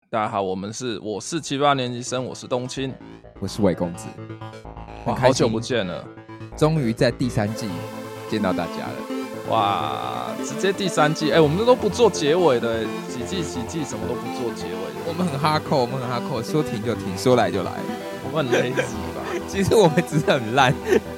大家好，我是7、8年级生，我是冬青， 我是伟公子。 哇，好久不见了， 终于在第3季见到大家了。 哇，直接第3季，我们都不做结尾的，几季什么都不做结尾的。 我们很哈扣，说停就停，说来就来。 我们很 lazy 吧？ 其实我们只是很烂。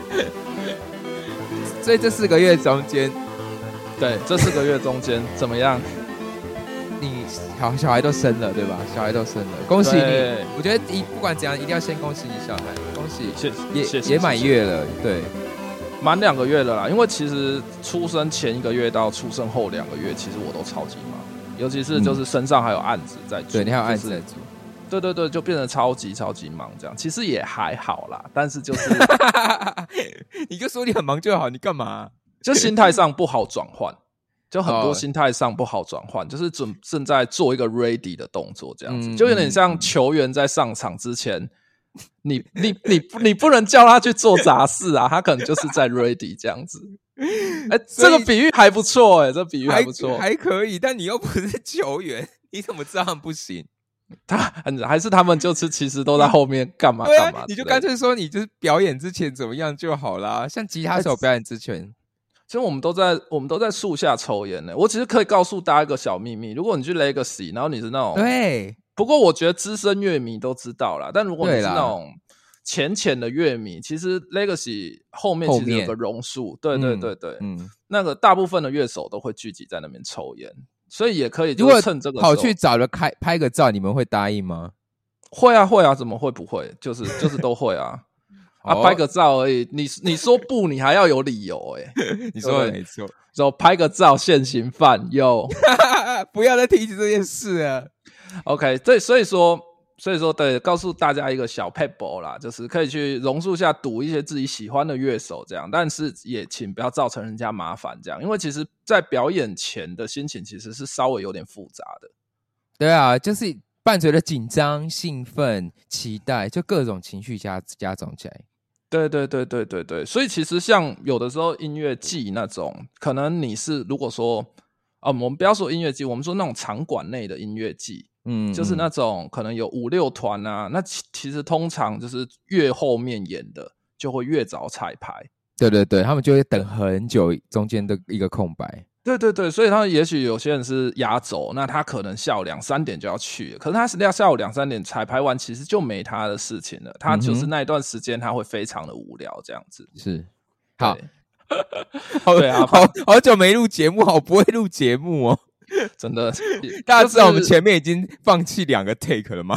所以这4个月中间， 对，这4个月中间怎么样？ 你小孩都生了，对吧？小孩都生了，恭喜你！我觉得不管怎样，一定要先恭喜你小孩，恭喜！也满月了，对， 满2个月了啦。因为其实出生前1个月到出生后2个月，其实我都超级忙，尤其是就是身上还有案子在做， 对，你还有案子在做。 对，就变得超级忙这样。其实也还好啦，但是就是你就说你很忙就好，你干嘛？ 就心态上不好转换。就很多心态上不好转换，就是正在做一个 ready 的动作，这样子，就有点像球员在上场之前，你不能叫他去做杂事啊，他可能就是在 ready 这样子。这个比喻还不错，这比喻还不错， 还可以，但你又不是球员，你怎么知道他们不行？ 还是他们就是其实都在后面干嘛？ 你就干脆说你就是表演之前怎么样就好啦，像吉他手表演之前。 其实我们都在树下抽烟呢。我其实可以告诉大家一个小秘密，如果你去 Legacy， 然后你是那种对， 不过我觉得资深乐迷都知道啦，但如果你是那种浅的乐迷，其实 Legacy 后面其实有个榕树，对，那个大部分的乐手都会聚集在那边抽烟，所以也可以就趁这个时候跑去找了拍个照，你们会答应吗？ 会啊，怎么会不会？就是都会啊。拍个照而已，你说不，你还要有理由你说的没错， 说拍个照现行犯哟， 不要再提起这件事了。 OK， 对，所以说对，告诉大家一个小 pebble 啦，就是可以去榕树下赌一些自己喜欢的乐手这样，但是也请不要造成人家麻烦这样，因为其实在表演前的心情其实是稍微有点复杂的。 对啊，就是伴随着紧张、兴奋、期待，就各种情绪加总起来。 对，所以其实像有的时候音乐季那种，可能你是如果说我们不要说音乐季，我们说那种场馆内的音乐季，就是那种可能有5、6团啊，那其实通常就是越后面演的就会越早彩排。 对，他们就会等很久，中间的一个空白。 对，所以他也许有些人是压轴，那他可能下午2、3点就要去了，可是他下午2、3点彩排完，其实就没他的事情了，他就是那一段时间他会非常的无聊这样子。 是，好， 对啊， 好久没录节目，好不会录节目哦， 真的。 大家知道我们前面已经放弃2个 take 了吗？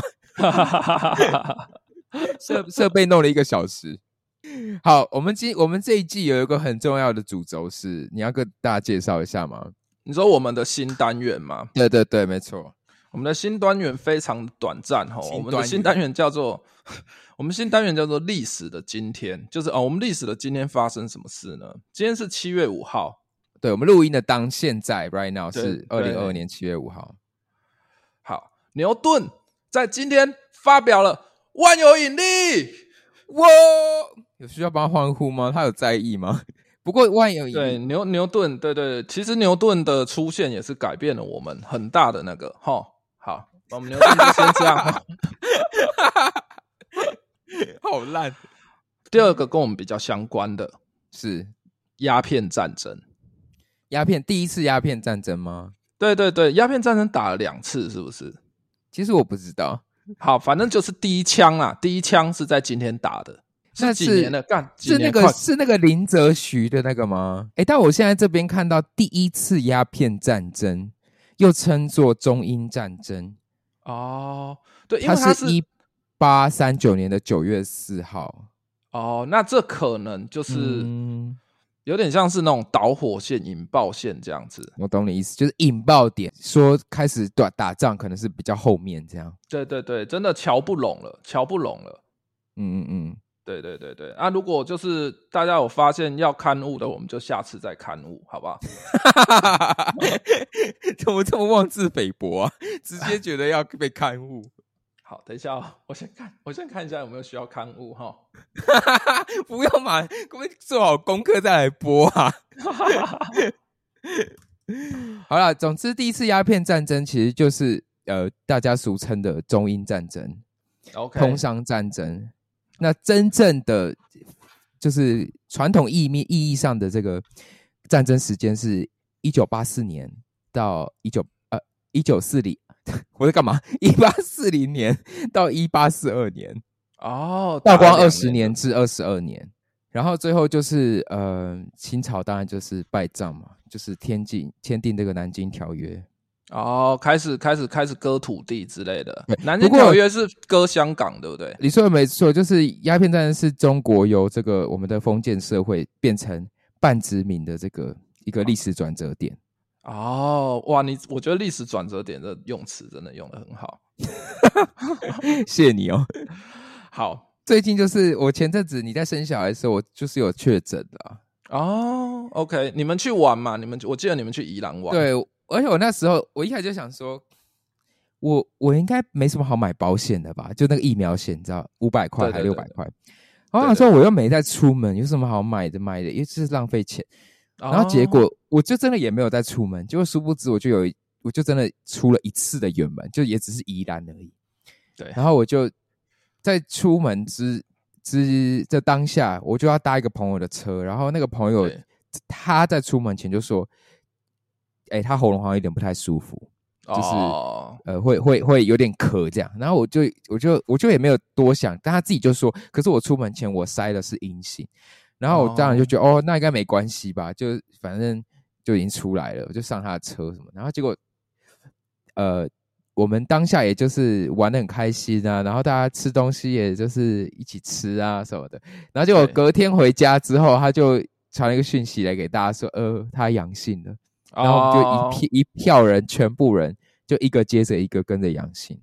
设备弄了1个小时。好，我们这一季有一个很重要的主轴是，你要跟大家介绍一下吗？ 你说我们的新单元吗？ 对，没错。 我们的新单元非常短暂我们的新单元叫做历史的今天，就是我们历史的今天发生什么事呢？今天是7月5号， 对，我们录音的现在 right now 是2022年7月5号。 好，牛顿在今天发表了万有引力。 哇，有需要帮他欢呼吗？他有在意吗？不过万有引力， 对，牛顿，对，其实牛顿的出现也是改变了我们很大的那个好，我们牛顿就先这样。 好烂。 第二个跟我们比较相关的是鸦片战争。 第一次鸦片战争吗？ 对，鸦片战争打了2次，是不是？ 其实我不知道。 好，反正就是第一枪啦，第一枪是在今天打的。是几年了？ 是那个林则徐的那个吗？但我现在这边看到第一次鸦片战争，又称作中英战争。 哦，对，因为它是 1839年的9月4号。 哦，那这可能就是有点像是那种导火线、引爆线这样子。 我懂你意思，就是引爆点，说开始打仗可能是比较后面这样。 对，真的瞧不拢了。对啊，如果就是大家有发现要刊物的，我们就下次再刊物，好不好？ 怎么这么妄自菲薄啊？直接觉得要被刊物。 好，等一下我先看一下有没有需要刊物哈。 不用嘛，我们做好功课再来播啊。好啦，总之第一次鸦片战争其实就是大家俗称的中英战争、 通商战争。那真正的就是传统意义上的这个战争时间是1984年到1940，我在干嘛？1840年到1842年，道光20年至22年，然后最后就是清朝当然就是败仗嘛，就是签订这个南京条约。 开始割土地之类的。南京条约是割香港，对不对？ 你说的没错，就是鸦片战争是中国由这个我们的封建社会变成半殖民的这个一个历史转折点。 哇，我觉得历史转折点的用词真的用得很好。 谢谢你哦。 好， 最近就是我前阵子你在生小孩的时候，我就是有确诊了。 OK， 你们去玩嘛？我记得你们去宜兰玩。 对，而且我那时候我一开始就想说，我应该没什么好买保险的吧？就那个疫苗险，你知道，500块还600块。我想说我又没在出门，有什么好买的？因为这是浪费钱。然后结果我就真的也没有再出门，结果殊不知我就真的出了一次的远门，就也只是宜兰而已。 对， 然后我就在出门这当下，我就要搭一个朋友的车，然后那个朋友他在出门前就说，他喉咙好像有点不太舒服，就是会有点咳这样。然后我就也没有多想，但他自己就说，可是我出门前我筛的是阴性。然后我当然就觉得那应该没关系吧，就反正就已经出来了，我就上他的车什么。然后结果我们当下也就是玩得很开心啊，然后大家吃东西也就是一起吃啊什么的。然后结果隔天回家之后，他就传了一个讯息来给大家说他阳性了。然后我们就一票人，全部人就一个接着一个跟着阳性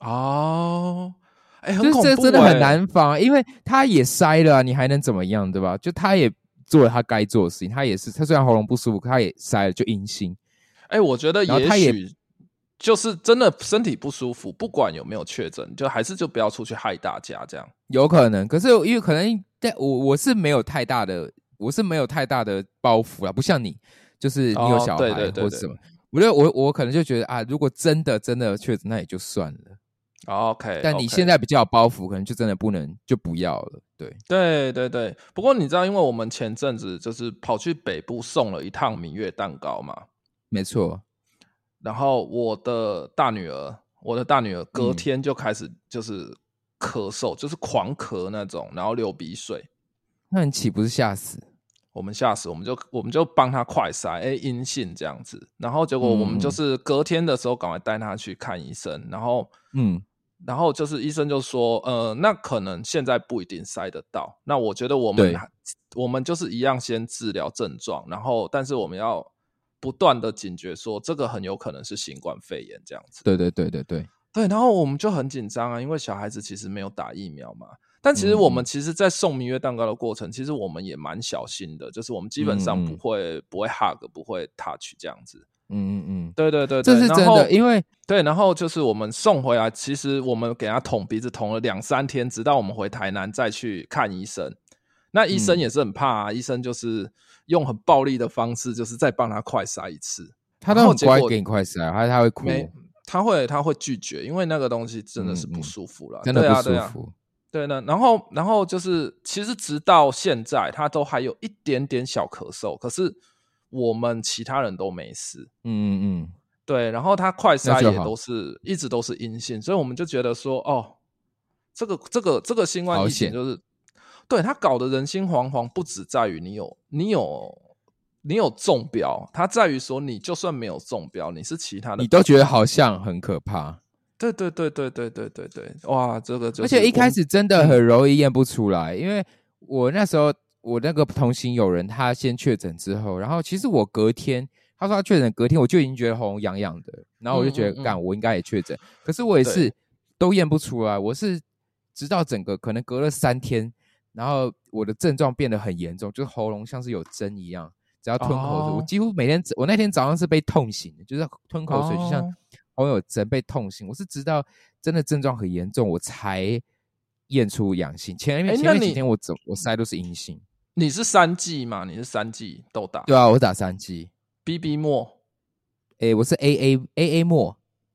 很恐怖， 就是这真的很难防，因为他也筛了你还能怎么样，对吧？就他也做了他该做的事情，他虽然喉咙不舒服，他也筛了就阴性。 我觉得也许就是真的身体不舒服，不管有没有确诊，就还是就不要出去害大家这样。 有可能，可是因为可能我是没有太大的包袱啦，不像你，就是你有小孩或者什么。我觉得我可能就觉得如果真的确诊，那也就算了。 OK， 但你现在比较有包袱，可能就真的就不要了。 对。不过你知道，因为我们前阵子就是跑去北部送了一趟明月蛋糕嘛， 没错。 然后我的大女儿隔天就开始就是咳嗽，就是狂咳那种，然后流鼻水。 那你岂不是吓死？ 我们吓死，我们就帮她快筛，阴性这样子。然后结果我们就是隔天的时候赶快带她去看医生，然后就是医生就说，那可能现在不一定筛得到。那我觉得我们就是一样先治疗症状，然后但是我们要不断的警觉说，这个很有可能是新冠肺炎这样子。 对， 然后我们就很紧张啊，因为小孩子其实没有打疫苗嘛。但其实我们在送明月蛋糕的过程，其实我们也蛮小心的，就是我们基本上不会 hug， 不会 touch 这样子。对， 这是真的，因为对，然后就是我们送回来，其实我们给他捅鼻子捅了2-3天，直到我们回台南再去看医生。那医生也是很怕医生就是用很暴力的方式，就是再帮他快筛一次。 他都很乖给你快筛，他会哭， 他会拒绝，因为那个东西真的是不舒服了， 真的不舒服。 对呢，然后就是其实直到现在，他都还有一点点小咳嗽，可是我们其他人都没事。对，然后他快筛也一直都是阴性，所以我们就觉得说，这个新冠疫情就是对他搞得人心惶惶，不只在于你有中标，它在于说你就算没有中标，你是其他的， 你都觉得好像很可怕。 对，哇，这个就是， 而且一开始真的很容易验不出来，因为我那时候我那个同行友人他先确诊之后，然后其实我隔天他说他确诊，隔天我就已经觉得喉咙痒痒的，然后我就觉得我应该也确诊，可是我也是都验不出来，我是直到整个可能隔了3天，然后我的症状变得很严重，就是喉咙像是有针一样，只要吞口水，我几乎每天，我那天早上是被痛醒的，就是吞口水就像喉咙有针被痛醒，我是直到真的症状很严重我才验出阳性，前面几天我筛都是阴性。 你是3剂吗？你是3剂都打？ 对啊，我打3剂。 BB 沫， 我是 AA 沫。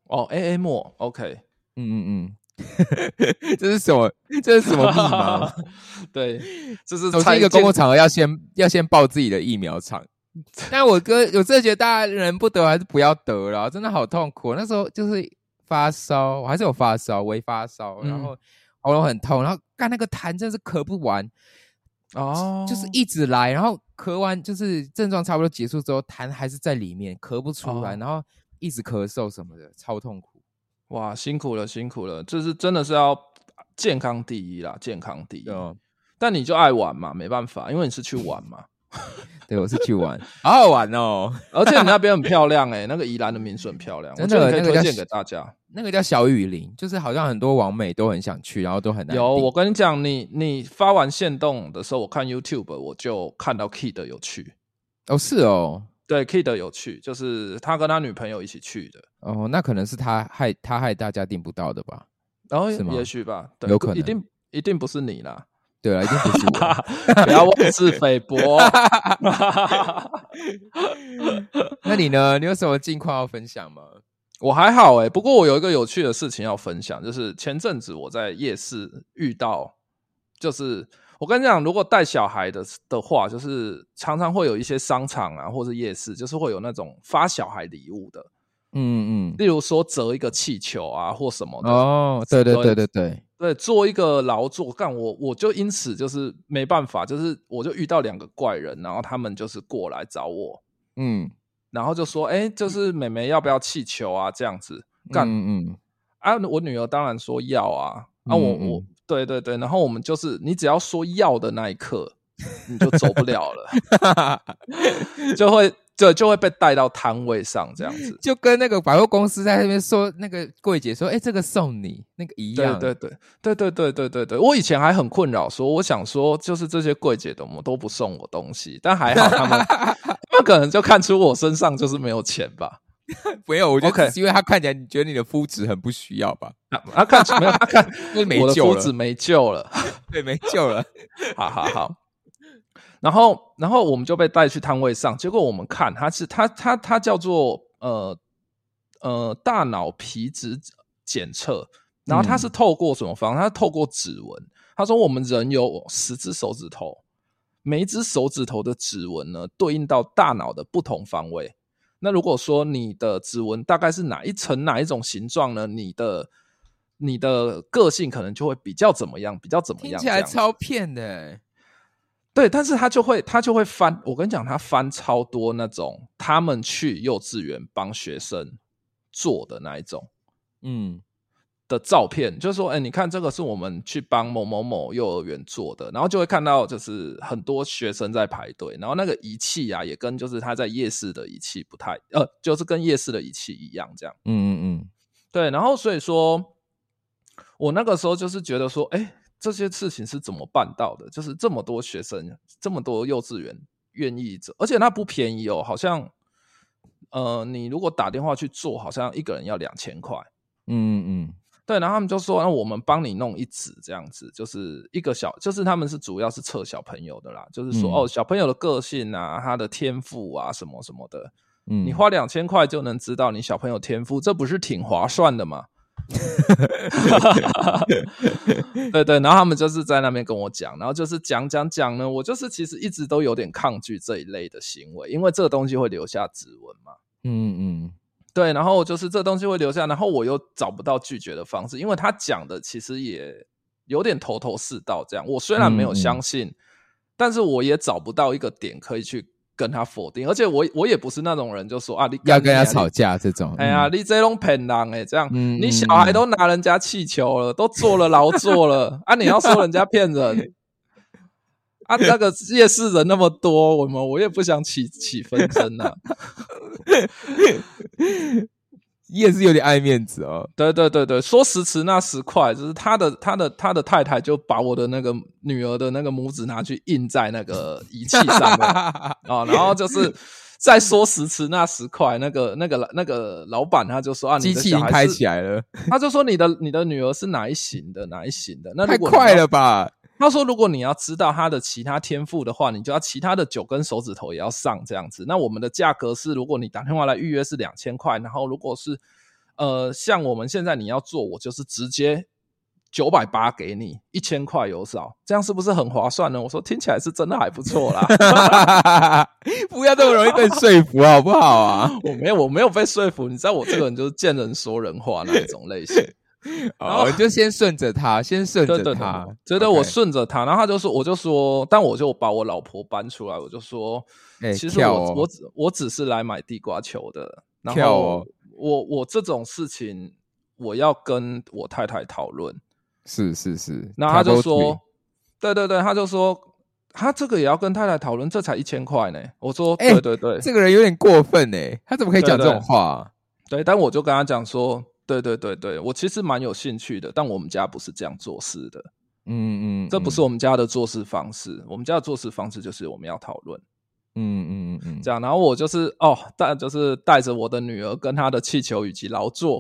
哦 ，AA 末 ，OK， 这是什么？这是什么密码？ 对，这是走进一个公共场合要先报自己的疫苗场。但我真的觉得大家人不得还是不要得了，真的好痛苦。那时候就是发烧，我还是有发烧，微发烧，然后喉咙很痛，然后干那个痰真是咳不完哦，就是一直来，然后咳完就是症状差不多结束之后，痰还是在里面，咳不出来，然后一直咳嗽什么的，超痛苦。 哇，辛苦了，辛苦了，这是真的是要健康第一啦，健康第一。但你就爱玩嘛，没办法，因为你是去玩嘛。 对，我是去玩，好好玩哦！ 而且你那边很漂亮那个宜兰的民宿很漂亮， 真的， 我觉得可以推荐给大家。 那个叫小雨林，就是好像很多网美都很想去，然后都很难订。 有，我跟你讲，你发完限动的时候，我看 YouTube 我就看到 Kid 有去。 哦，是哦， 对 ，Kid 有去，就是他跟他女朋友一起去的。 哦，那可能是他害大家订不到的吧？ 然后是吗？ 也许吧，对， 有可能， 一定不是你啦。 对啊，一定不是我， 不要妄自菲薄。 那你呢？你有什么近况要分享吗？ 我还好不过我有一个有趣的事情要分享，就是前阵子我在夜市遇到，就是我跟你讲，如果带小孩的话，就是常常会有一些商场啊，或是夜市，就是会有那种发小孩礼物的。例如说折一个气球啊，或什么的。 哦，对， 做一个劳作，干我就因此就是没办法，就是我就遇到2个怪人，然后他们就是过来找我，然后就说，就是妹妹要不要气球啊？这样子干，我女儿当然说要啊，我对，然后我们就是你只要说要的那一刻，你就走不了了，就会被带到摊位上，这样子， 就跟那个百货公司在那边说，那个柜姐说，这个送你，那个一样。 对，我以前还很困扰，我想说，就是这些柜姐怎么都不送我东西，但还好他们可能就看出我身上就是没有钱吧。 没有，我觉得是因为他看起来，你觉得你的肤质很不需要吧？ 他看没有，他看没我的肤质没救了， 对，没救了。 好。然后我们就被带去摊位上，结果我们看它叫做大脑皮质检测，然后它是透过什么方式？它是透过指纹。他说我们人有10只手指头，每一只手指头的指纹呢对应到大脑的不同方位。那如果说你的指纹大概是哪一层哪一种形状呢？你的个性可能就会比较怎么样， 听起来超骗的。 对，但是他就会翻，我跟你讲，他翻超多那种他们去幼稚园帮学生做的那一种，的照片，就是说，你看这个是我们去帮某某某幼儿园做的，然后就会看到就是很多学生在排队，然后那个仪器啊，也跟就是他在夜市的仪器不太，就是跟夜市的仪器一样这样，对，然后所以说，我那个时候就是觉得说，这些事情是怎么办到的？就是这么多学生，这么多幼稚园愿意而且那不便宜哦，好像你如果打电话去做，好像一个人要2000块。对，然后他们就说，那我们帮你弄一纸这样子，就是一个就是他们是主要是测小朋友的啦，就是说小朋友的个性啊，他的天赋啊什么什么的，你花2000块就能知道你小朋友天赋，这不是挺划算的吗？对，然后他们就是在那边跟我讲，然后就是讲呢，我就是其实一直都有点抗拒这一类的行为，因为这个东西会留下指纹嘛。对，然后就是这东西会留下，然后我又找不到拒绝的方式，因为他讲的其实也有点头头是道这样，我虽然没有相信，但是我也找不到一个点可以去跟他否定，而且我也不是那种人就说你要跟他吵架这种， 你这种骗人这样，你小孩都拿人家气球了，都做了劳作了你要说人家骗人那个夜市人那么多，我也不想起纷争啊。 夜市有点爱面子哦。 对，说时迟那时快，就是他的太太就把我的那个女儿的那个拇指拿去印在那个仪器上面然后就是再说时迟那时快，那个老板他就说机器已经开起来了， 他就说你的女儿是哪一型的，那如果太快了吧。 他说如果你要知道他的其他天赋的话，你就要其他的9根手指头也要上这样子，那我们的价格是如果你打电话来预约是2000块，然后如果是像我们现在你要做，我就是直接980给你，1000块有少，这样是不是很划算呢？我说听起来是真的还不错啦。 不要这么容易被说服好不好啊？ 我没有被说服，你知道我这个人就是见人说人话那一种类型。 然后就先顺着他，对， 我顺着他，然后他就说，我就说，但我就把我老婆搬出来，我就说，其实我只是来买地瓜球的，然后我这种事情我要跟我太太讨论， 是， 然后他就说，对，他就说他这个也要跟太太讨论，这才1000块呢。我说，对， 这个人有点过分欸，他怎么可以讲这种话？ 对，但我就跟他讲说。对，我其实蛮有兴趣的，但我们家不是这样做事的。这不是我们家的做事方式。我们家的做事方式就是我们要讨论。这样，然后我就是就是带着我的女儿跟她的气球以及劳作，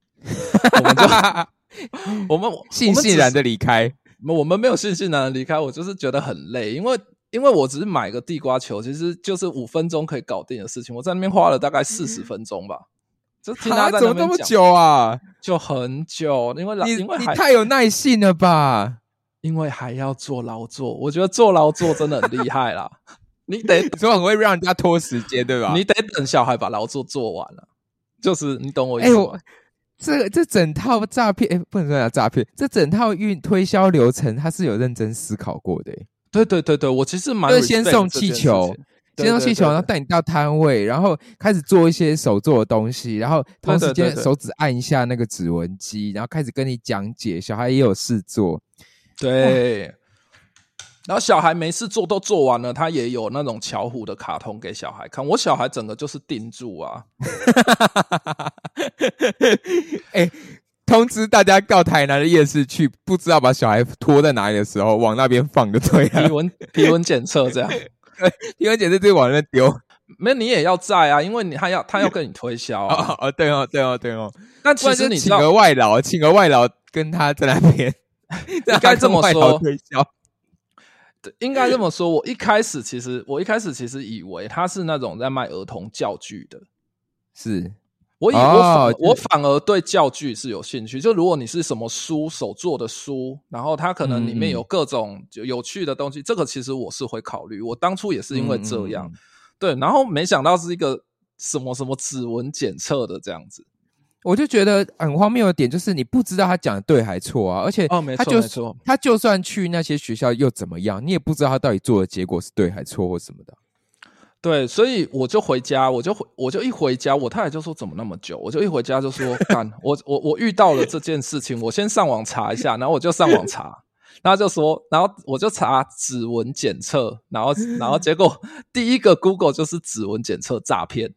我们悻悻然的离开。 我们没有悻悻然的离开，我就是觉得很累，因为我只是买个地瓜球，其实就是5分钟可以搞定的事情，我在那边花了大概40分钟吧。就听他在那边讲， 怎么那么久啊？ 就很久，因为你太有耐性了吧？ 因为还要做劳作，我觉得做劳作真的很厉害啦。你得说很会让人家拖时间，对吧？ 你得等小孩把劳作做完了，就是你懂我意思吗？ 这整套诈骗，不能说诈骗，这整套推销流程，他是有认真思考过的。 对，我其实蛮就是先送气球。先用气球，然后带你到摊位，然后开始做一些手做的东西，然后同时间手指按一下那个指纹机，然后开始跟你讲解，小孩也有事做。 对，然后小孩没事做都做完了，他也有那种巧虎的卡通给小孩看，我小孩整个就是定住啊。 通知大家到台南的夜市去，不知道把小孩拖在哪里的时候，往那边放就对了。 体温检测这样。 体温检测就往那边丢， 没你也要在啊，因为他要跟你推销啊。 对哦。 但其实你知道， 请个外劳跟他在那边， 应该这么说推销。 应该这么说，我一开始其实以为他是那种在卖儿童教具的， 是。 我反而对教具是有兴趣。就如果你是什么书，手做的书，然后它可能里面有各种有趣的东西，这个其实我是会考虑。我当初也是因为这样，对，然后没想到是一个什么指纹检测的这样子。 我就觉得很荒谬的点就是你不知道他讲的对还错啊，而且他就算去那些学校又怎么样，你也不知道他到底做的结果是对还错或什么的。 对，所以我就回家，我就一回家，我太太就说怎么那么久，我就一回家就说干，我遇到了这件事情，我先上网查一下，然后我就上网查，然后就说，然后我就查指纹检测，然后结果第一个 Google 就是指纹检测诈骗，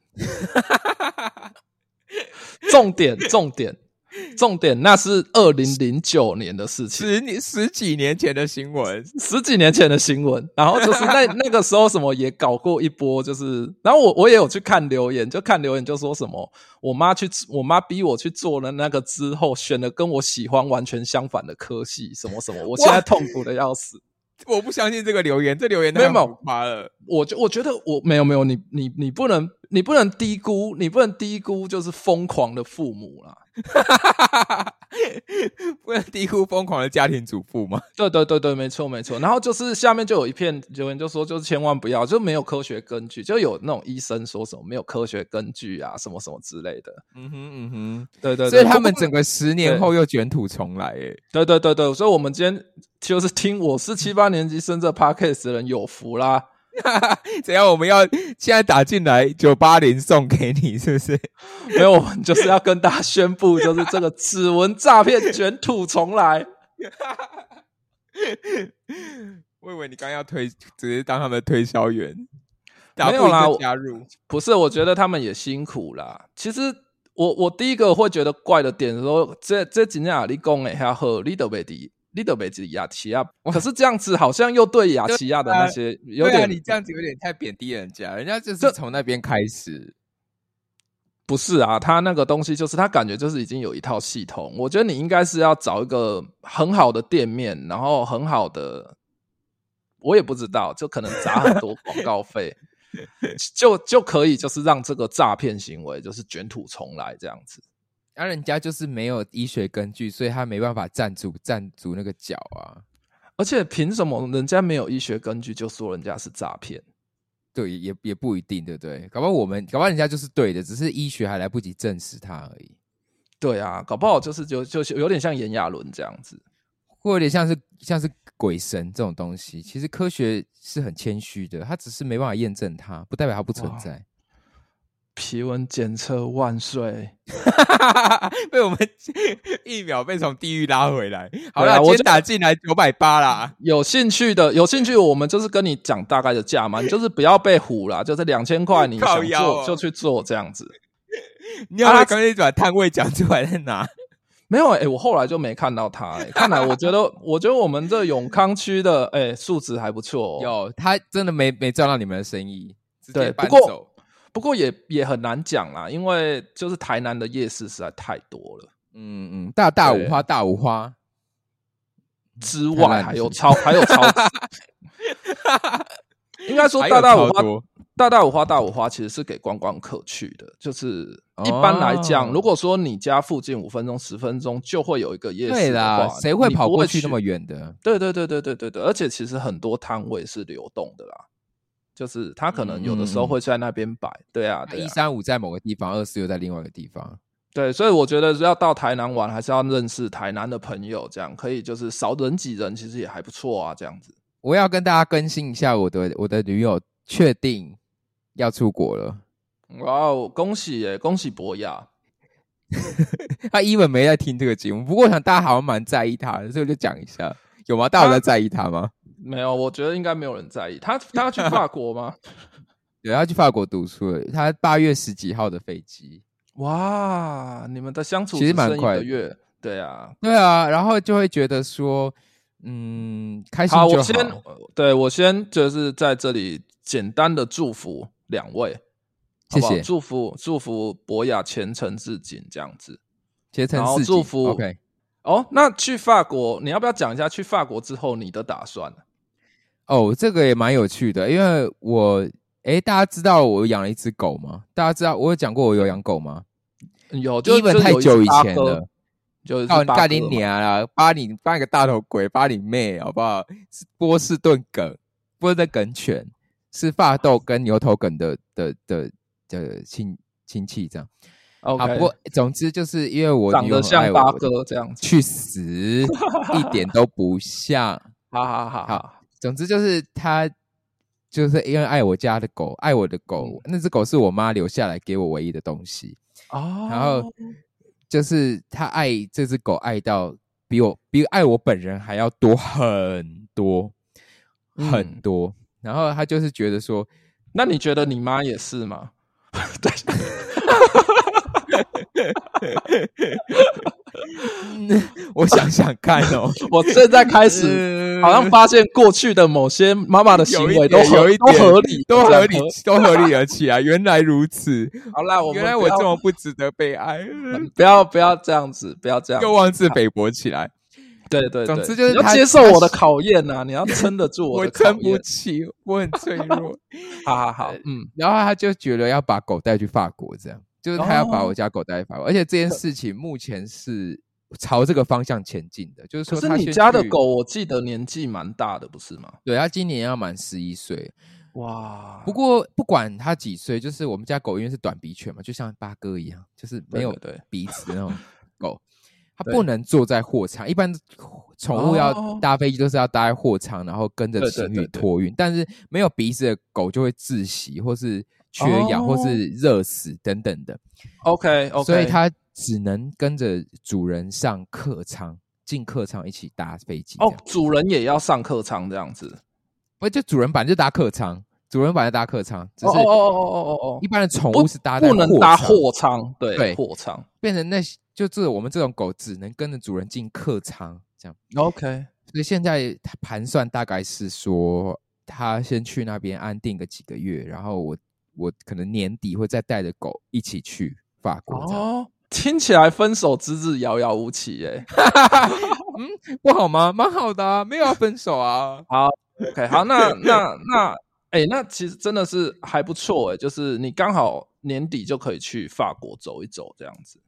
重点，那是2009年的事情， 十几年前的新闻， 然后就是那个时候什么也搞过一波，就是然后我也有去看留言，就说什么我妈逼我去做了那个之后，选了跟我喜欢完全相反的科系，什么，我现在痛苦的要死。 我不相信这个留言，这留言太浮夸了。 我觉得没有，你不能低估就是疯狂的父母啦。 不能低估疯狂的家庭主妇吗？ 对，没错。然后就是下面就有一片留言就说，就是千万不要，就没有科学根据，就有那种医生说什么没有科学根据啊，什么之类的。对， 所以他们整个10年后又卷土重来耶。 对，所以我们今天就是听我是7、8年级生这 podcast 的人有福啦。 怎样？我们要现在打进来980送给你，是不是？ 没有，我们就是要跟大家宣布，就是这个指纹诈骗卷土重来。 我以为你刚要只是当他们的推销员， 没有啦， 加入不是？我觉得他们也辛苦啦。其实我第一个会觉得怪的点说，这真正你讲的还好，你都没记雅琪亚，可是这样子好像又对雅琪亚的那些有点， 你这样子有点太贬低人家就是从那边开始。 不是啊，他那个东西就是他感觉就是已经有一套系统，我觉得你应该是要找一个很好的店面，然后很好的，我也不知道，就可能砸很多广告费，就可以就是让这个诈骗行为就是卷土重来这样子。 人家就是没有医学根据，所以他没办法站足那个脚啊。 而且凭什么人家没有医学根据就说人家是诈骗？ 对，也不一定，对不对？搞不好人家就是对的，只是医学还来不及证实它而已。 对啊，搞不好就是就有点像炎亚纶这样子， 或有点像是鬼神这种东西。其实科学是很谦虚的，它只是没办法验证它，不代表它不存在。 皮纹检测万岁！ 被我们1秒被从地狱拉回来。好啦，我打进来980啦。 有兴趣我们就是跟你讲大概的价嘛，你就是不要被唬啦，就是2000块，你想做就去做这样子。 你要刚才把摊位讲出来在哪？ 没有我后来就没看到他看来我觉得我们这永康区的素质还不错有他真的没赚到你们的生意，直接搬走。不过也很难讲啦，因为就是台南的夜市实在太多了。 大五花之外还有超应该说大五花其实是给观光客去的，就是一般来讲，如果说你家附近5分钟10分钟就会有一个夜市的话， 对啦，谁会跑过去那么远的？ 对，而且其实很多摊位是流动的啦。就是他可能有的时候会在那边摆，对啊 135在某个地方，24又在另外一个地方， 对，所以我觉得要到台南玩，还是要认识台南的朋友，这样可以就是少人挤人，其实也还不错啊，这样子。 我要跟大家更新一下，我的女友确定要出国了， 哇哦，恭喜恭喜博雅！ 他even没在听这个节目，不过我想大家好像蛮在意他的，所以我就讲一下，有吗？大家有在意他吗？ 没有，我觉得应该没有人在意他要去法国吗？ 对，他去法国读书了，他8月10几号的飞机。 哇，你们的相处其实蛮快的， 1个月，对啊， 然后就会觉得说，开心就好。 我先就是在这里简单的祝福2位， 谢谢， 祝福博雅前程似锦这样子， 前程似锦，然后祝福 OK。 那去法国，你要不要讲一下去法国之后你的打算？ 这个也蛮有趣的，因为大家知道我养了一只狗吗？大家知道我有讲过我有养狗吗？ 有，就太久以前了， 就是干你娘啦，扒你个大头鬼，扒你妹，好不好？是波士顿梗犬，是法斗跟牛头梗的亲戚这样。 Okay. 不过总之就是因为我长得像八哥这样子， 去死，一点都不像。 好， 总之就是他就是因为爱我家的狗，爱我的狗，那只狗是我妈留下来给我唯一的东西然后就是他爱这只狗爱到比爱我本人还要多很多很多，然后他就是觉得说， 那你觉得你妈也是吗？对。 我想想看我现在开始好像发现过去的某些妈妈的行为都合理了起来。原来如此， 好啦， 原来我这么不值得被爱。 不要这样子，不要这样， 又妄自菲薄起来。 对， 总之就是你要接受我的考验啊！你要撑得住我的考验。 我撑不起，我很脆弱。 好， 然后他就觉得要把狗带去法国，这样就是他要把我家狗带去法国，而且这件事情目前是朝这个方向前进的，就是说可是你家的狗，我记得年纪蛮大的，不是吗？ 对，他今年要满11岁。 哇！ 不过不管他几岁，就是我们家狗因为是短鼻犬嘛，就像八哥一样，就是没有鼻子那种狗。它不能坐在货舱，一般宠物要搭飞机都是要搭在货舱，然后跟着行李托运。但是没有鼻子的狗就会窒息，或是缺氧，或是热死等等的。 OK， 所以它只能跟着主人上客舱，进客舱一起搭飞机。 主人也要上客舱这样子？ 不，就主人本来就搭客舱，只是一般的宠物是搭在不能搭货舱，对，货舱变成就是我们这种狗只能跟着主人进客舱这样。 OK， 所以现在他盘算大概是说，他先去那边安定个几个月，然后我可能年底会再带着狗一起去法国。 听起来分手之日遥遥无期耶。 不好吗？蛮好的啊，没有要分手啊。 好 ，OK， 好，那其实真的是还不错就是你刚好年底就可以去法国走一走这样子。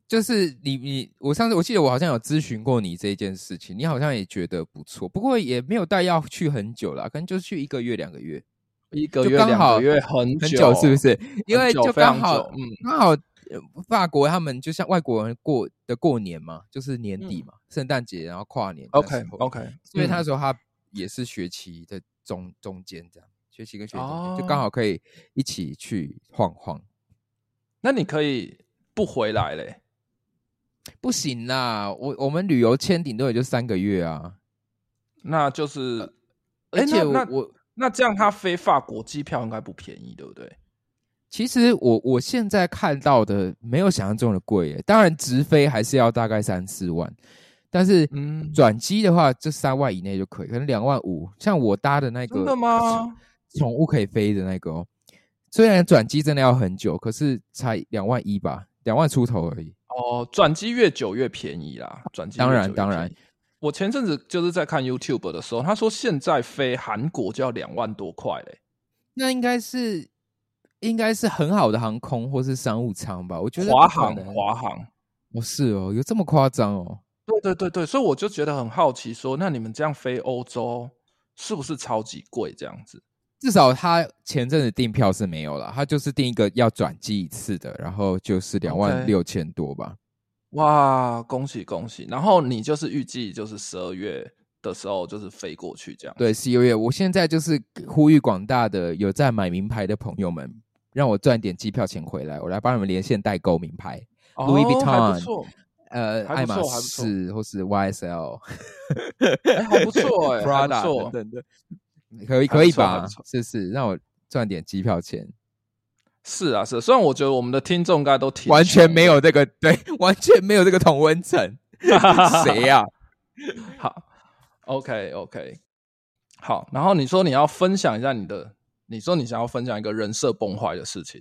就是我上次我记得我好像有咨询过你这件事情，你好像也觉得不错，不过也没有带要去很久啦，可能就去1个月2个月 ，1个月2个月很久是不是？因为就刚好嗯， 法国他们就像外国人过年嘛，就是年底嘛，圣诞节然后跨年 OK， 所以他说他也是学期的中间这样，学期跟学期中间就刚好可以一起去晃晃。 那你可以不回来嘞？ 不行啦，我们旅游签顶多也就3个月啊。 那就是， 而且那这样他飞法国机票应该不便宜，对不对？ 其实我现在看到的没有想象中的贵耶，当然直飞还是要大概3-4万，但是转机的话就3万以内就可以，可能2万5。像我搭的那个， 真的吗？ 宠物可以飞的那个哦，虽然转机真的要很久，可是才2万1吧，2万出头而已。 哦，转机越久越便宜啦，转机当然。 我前阵子就是在看 YouTube 的时候，他说现在飞韩国就要2万多块嘞。 那应该是很好的航空或是商务舱吧？我觉得华航哦，是哦，有这么夸张哦？ 对，所以我就觉得很好奇说，那你们这样飞欧洲是不是超级贵这样子？ 至少他前阵子订票是没有啦，他就是订一个要转机1次的，然后就是2万6千多吧。 哇，恭喜！然后你就是预计就是12月的时候就是飞过去这样。 对，12月。我现在就是呼吁广大的有在买名牌的朋友们，让我赚点机票钱回来，我来帮你们连线代购名牌，Louis Vuitton，爱马仕或是 YSL， 还不错 Prada 等等的，可以吧？是让我赚点机票钱。 是啊，虽然我觉得我们的听众应该都挺完全没有这个，对，完全没有这个同温层，谁呀？ 好 ，OK， 好，然后你说你要分享一下你说你想要分享一个人设崩坏的事情。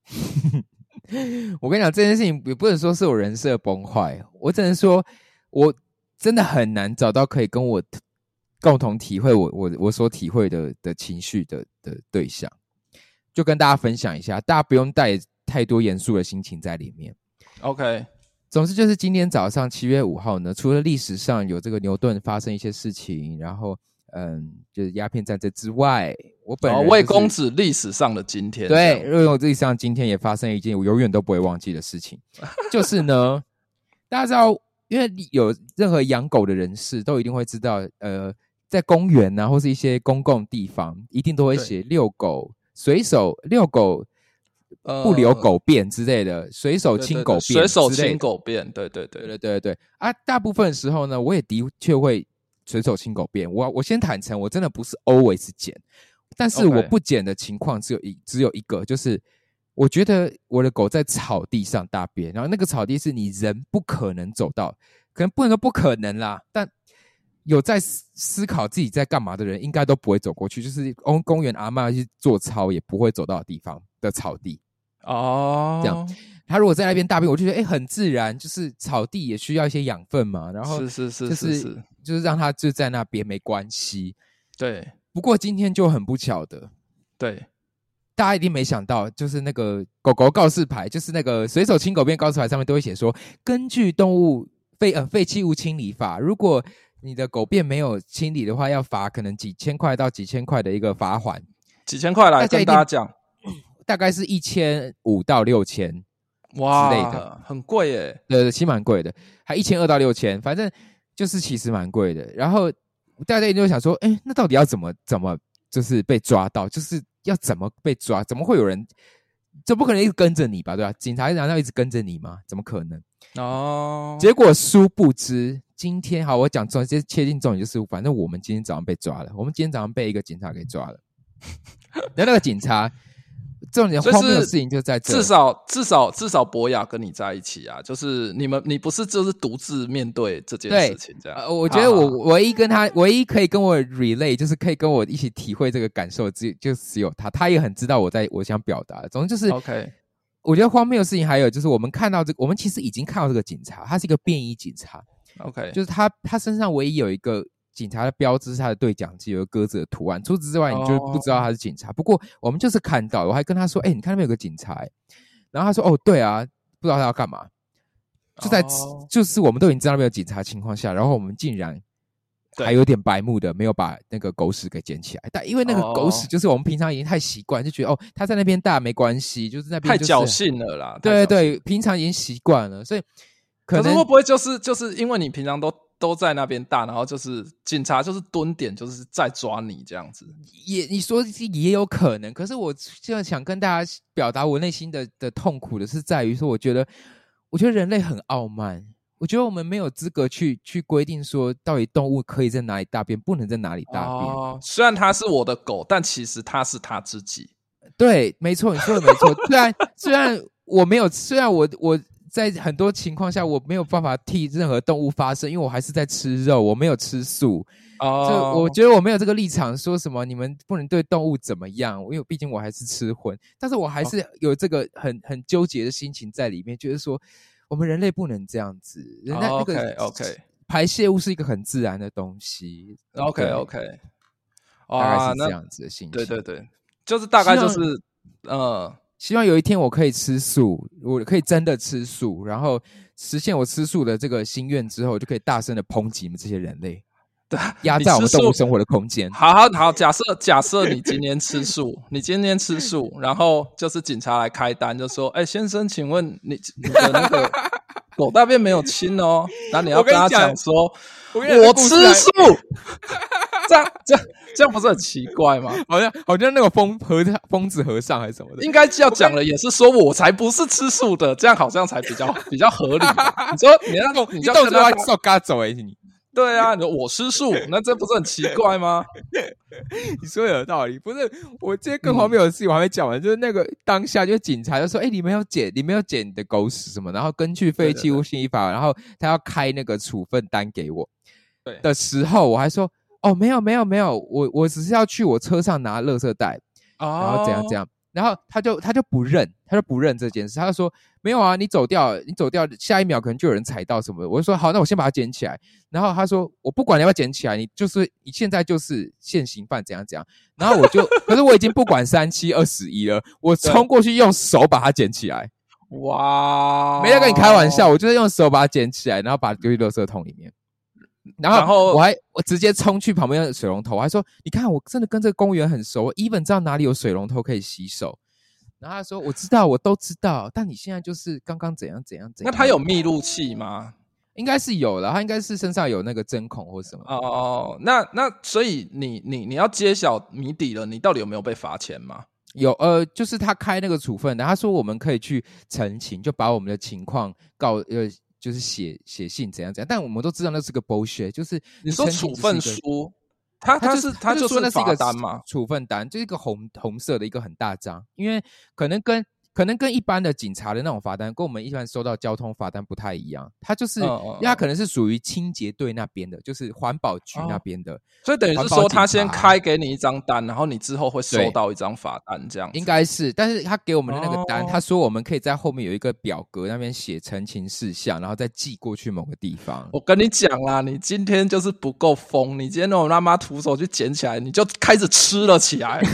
我跟你讲，这件事情也不能说是我人设崩坏，我只能说我真的很难找到可以跟我共同体会我所体会的情绪的对象。就跟大家分享一下，大家不用带太多严肃的心情在里面。 OK， 总之就是今天早上7月5号呢，除了历史上有这个牛顿发生一些事情，然后就是鸦片战争之外，我本人、 魏公子历史上的今天， 对，因为我历史上今天也发生一件我永远都不会忘记的事情，就是呢，大家知道，因为有任何养狗的人士都一定会知道，在公园啊或是一些公共地方，一定都会写遛狗。随手遛狗，不留狗便之类的，随手清狗便， 随手清狗便，对啊！大部分时候呢，我也的确会随手清狗便。我先坦诚，我真的不是 always 捡，但是我不捡的情况只有一个，就是我觉得我的狗在草地上大便，然后那个草地是你人不可能走到，可能不能说不可能啦，但有在思考自己在干嘛的人应该都不会走过去，就是公园阿嬷去做操也不会走到的地方的草地哦。这样他如果在那边大便，我就觉得很自然，就是草地也需要一些养分嘛，然后就是让他就在那边没关系。 对， 不过今天就很不巧的， 对， 大家一定没想到，就是那个狗狗告示牌，就是那个随手清狗便告示牌上面都会写说，根据动物废弃物清理法，如果你的狗便没有清理的话，要罚可能几千块到几千块的一个罚款。 几千块来跟大家讲， 大概是1500到6000 哇之类的， 很贵耶。 对，其实蛮贵的，还1200到6000，反正就是其实蛮贵的。然后大家一定会想说，那到底要怎么就是被抓到？就是要怎么被抓？怎么会有人？这不可能一直跟着你吧，对吧？警察难道一直跟着你吗？怎么可能？哦，结果殊不知。今天好，我讲直接切进重点，就是反正我们今天早上被抓了，我们今天早上被一个警察给抓了。那个警察，重点荒谬的事情就在这， 至少博雅跟你在一起啊，就是你不是就是独自面对这件事情这样。 我觉得我唯一可以跟我 relay， 就是可以跟我一起体会这个感受，就只有他，他也很知道我想表达的。总之就是 OK。 我觉得荒谬的事情还有就是我们其实已经看到这个警察，他是一个便衣警察。 OK， 就是他身上唯一有一个警察的标志是他的对讲机有个鸽子的图案，除此之外你就不知道他是警察。不过我们就是看到，我还跟他说，你看那边有个警察。然后他说，对啊，不知道他要干嘛。 就是我们都已经知道那边有警察情况下，然后我们竟然还有点白目的没有把那个狗屎给捡起来，但因为那个狗屎就是我们平常已经太习惯，就觉得他在那边大没关系，就是那边太侥幸了啦。 对对，平常已经习惯了，所以可是会不会就是因为你平常都在那边大，然后就是警察就是蹲点就是在抓你这样子？ 你说也有可能，可是我现在想跟大家表达我内心的痛苦的是在于说，我觉得人类很傲慢。我觉得我们没有资格去规定说，到底动物可以在哪里大便，不能在哪里大便。 虽然它是我的狗，但其实它是它自己。 对，没错，你说的没错。虽然我没有，虽然我在很多情况下我没有办法替任何动物发声，因为我还是在吃肉，我没有吃素。我觉得我没有这个立场说什么你们不能对动物怎么样，因为毕竟我还是吃荤，但是我还是有这个很纠结的心情在里面，就是说。我们人类不能这样子，人家那个排泄物是一个很自然的东西。 OK， 大概是这样子的心情。 对，就是大概就是希望有一天我可以吃素，我可以真的吃素，然后实现我吃素的这个心愿之后，我就可以大声的抨击你们这些人类。 对， 压榨我们动物生活的空间。 好，假设你今天吃素，然后就是警察来开单，就说：“先生，请问你的那个狗大便没有清哦。”然后你要跟他讲说：“我吃素。”这样不是很奇怪吗？ 好像那个疯子和尚还是什么的， 应该要讲的也是说我才不是吃素的，这样好像才比较合理。你说你就跟他照嘎走你。 对啊，你说我吃素，那这不是很奇怪吗？ 你说有道理，不是我今天更荒谬的事情我还没讲完，就是那个当下就警察就说：“你没有捡你的狗屎什么？”然后根据废弃物信息法，然后他要开那个处分单给我。对的时候，我还说：“没有，我只是要去我车上拿垃圾袋，然后怎样。”然后他就不认这件事，他就说没有啊，你走掉，下一秒可能就有人踩到什么的。我就说好，那我先把它捡起来。然后他说我不管你要不要捡起来，你现在就是现行犯怎样。然后可是我已经不管3721了，我冲过去用手把它捡起来。 哇， 没在跟你开玩笑，我就是用手把它捡起来，然后把它丢进垃圾桶里面。然后我直接冲去旁边的水龙头，我还说你看我真的跟这个公园很熟，我 even 知道哪里有水龙头可以洗手。然后他说我知道，我都知道，但你现在就是刚刚怎样。 那他有密录器吗？ 应该是有了，他应该是身上有那个针孔或什么。 那所以你要揭晓谜底了，你到底有没有被罚钱吗？ 有就是他开那个处分的，他说我们可以去澄清，就把我们的情况就是写信怎样，但我们都知道那是个 bullshit， 就是你说处分书，他就说那是一个单嘛， 处分单就是一个红色的一个很大张，因为可能跟一般的警察的那种罚单，跟我们一般收到交通罚单不太一样，它就是因为它可能是属于清洁队那边的，就是环保局那边的， 所以等于是说他先开给你一张单，然后你之后会收到一张罚单这样子。 应该是，但是他给我们的那个单，他说我们可以在后面有一个表格那边写陈情事项，然后再寄过去某个地方。 我跟你讲啦，你今天就是不够疯，你今天我他妈徒手去捡起来，你就开始吃了起来。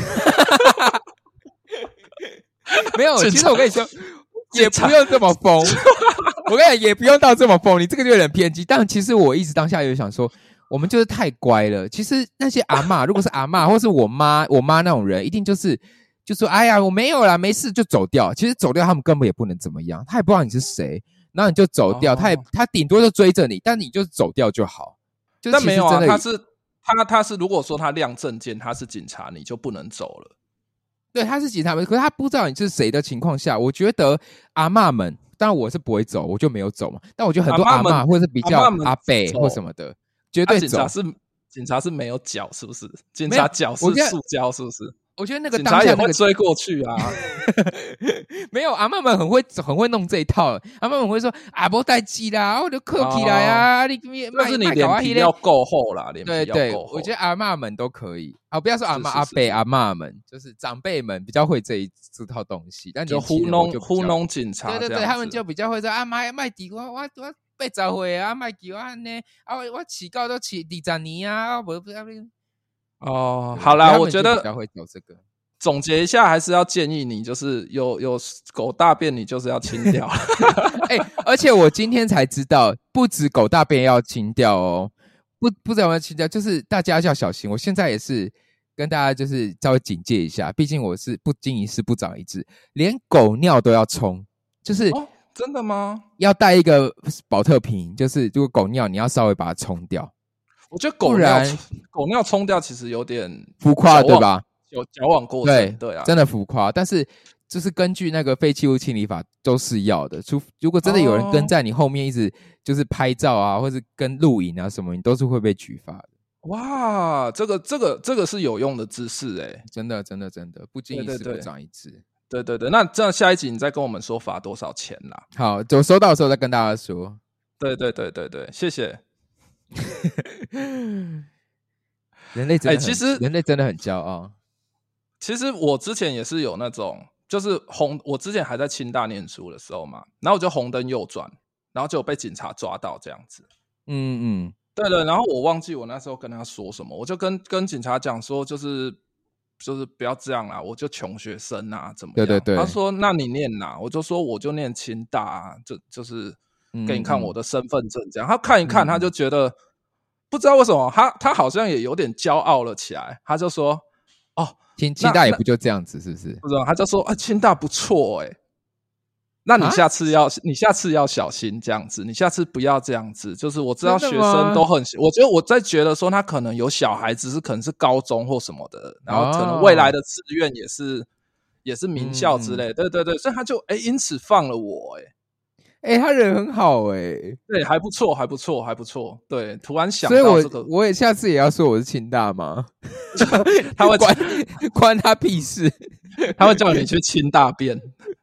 没有，其实我跟你说，也不用这么疯。我跟你讲，也不用到这么疯，你这个就有点偏激。但其实我一直当下有想说，我们就是太乖了。其实那些阿嬷，如果是阿嬷或是我妈那种人，一定就说哎呀，我没有啦，没事就走掉。其实走掉他们根本也不能怎么样，他也不知道你是谁，然后你就走掉，他顶多就追着你，但你就走掉就好。 但没有啊，他是如果说他亮证件，他是警察，你就不能走了。 对，他是警察，可是他不知道你是谁的情况下，我觉得阿嬷们，当然我是不会走，我就没有走嘛。但我觉得很多阿嬷或者是比较阿伯或什么的，绝对走。 警察是没有脚，是不是？警察脚是塑胶，是不是？ 我觉得那个警察也会追过去啊。 没有，阿嬷们很会弄这一套。阿嬷们会说啊，没代志啦，我就客起来啊。 但是你脸皮要够厚啦，脸皮要够厚。 我觉得阿嬷们都可以啊，不要说阿嬷、阿伯、阿嬷们，就是长辈们比较会这套东西。但就糊弄警察， 对，他们就比较会说啊，卖底我80岁啊，卖给我呢啊，我起告都起20年啊，我不要。 好啦，我觉得比较会走这个。 总结一下，还是要建议你，就是有狗大便，你就是要清掉。 而且我今天才知道，不止狗大便要清掉哦，不知道要清掉，就是大家要小心。我现在也是跟大家就是稍微警戒一下，毕竟我是不经一事不长一智，连狗尿都要冲，就是。 真的吗？ 要带一个保特瓶，就是如果狗尿，你要稍微把它冲掉。 我觉得狗尿冲掉其实有点浮夸，对吧？ 有矫枉过正，对啊， 真的浮夸。但是就是根据那个废弃物清理法都是要的，如果真的有人跟在你后面一直就是拍照啊，或是跟录影啊什么，你都是会被举发的。 哇，这个是有用的知识真的，不经一事不长一智。 对，那这样下一集你再跟我们说罚多少钱啦？ 好，我收到的时候再跟大家说。 对，谢谢。 人类真的很骄傲。 其实我之前也是有那种，就是我之前还在清大念书的时候嘛，然后我就红灯右转，然后就被警察抓到这样子。对，然后我忘记我那时候跟他说什么，我就跟警察讲说，就是不要这样啦，我就穷学生啊，怎么样？ 对。 他说那你念哪？我就说我就念清大啊，就是给你看我的身份证这样。他看一看，他就觉得不知道为什么，他好像也有点骄傲了起来。他就说清大也不就这样子，是不是？ 不知道，他就说清大不错那你下次要小心这样子，你下次不要这样子。就是我知道学生都很，我觉得我在觉得说他可能有小孩子可能是高中或什么的，然后可能未来的志愿也是名校之类的，对，所以他就因此放了我他人很好对，还不错，对，突然想到这个， 所以我也下次也要说我是清大吗？他会关他屁事， 他会叫你去清大便。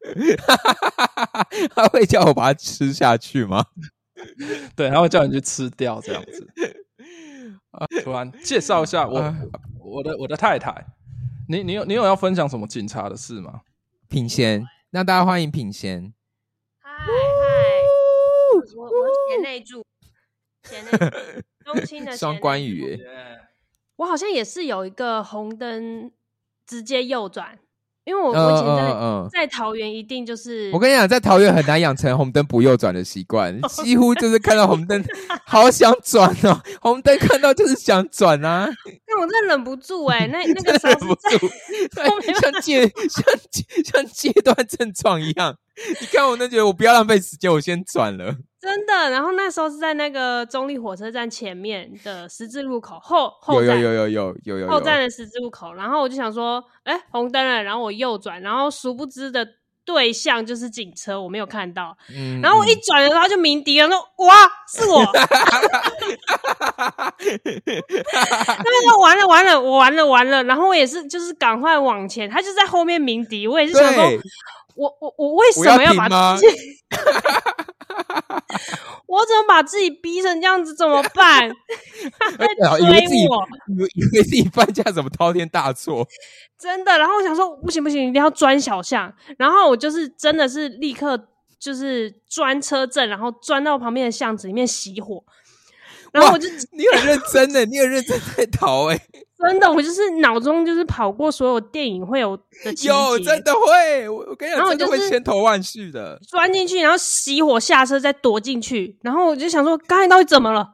他会叫我把它吃下去吗？ 对，他会叫你去吃掉这样子。突然介绍一下我的太太，你有要分享什么警察的事吗？ 品贤，让大家欢迎品贤。 嗨，我贤内助，中清的双关语我好像也是有一个红灯直接右转。因为我以前在桃园一定就是， 我跟你讲，在桃园很难养成红灯不右转的习惯，几乎就是看到红灯好想转哦，红灯看到就是想转啊。 但我真的忍不住那个时候像戒断症状一样。你看我那觉得我不要浪费时间，我先转了。 真的，然后那时候是在那个中立火车站前面的十字路口后站， 有后站的十字路口，然后我就想说，红灯了，然后我右转，然后殊不知的对象就是警车，我没有看到，然后我一转的时候他就鸣笛了，说哇是我，那就完了，然后我也是就是赶快往前，他就在后面鸣笛，我也是想说。我为什么要把自己我怎么把自己逼成这样子怎么办？他在追我， 以为自己犯下什么滔天大错， 真的。然后我想说不行，一定要钻小巷。然后我就是真的是立刻就是钻车阵，然后钻到旁边的巷子里面熄火。然后我就你很认真你很认真在逃真的，我就是脑中就是跑过所有电影会有的情节， 有真的会，我跟你讲，真的会千头万绪的钻进去，然后熄火下车再躲进去，然后我就想说，刚才到底怎么了？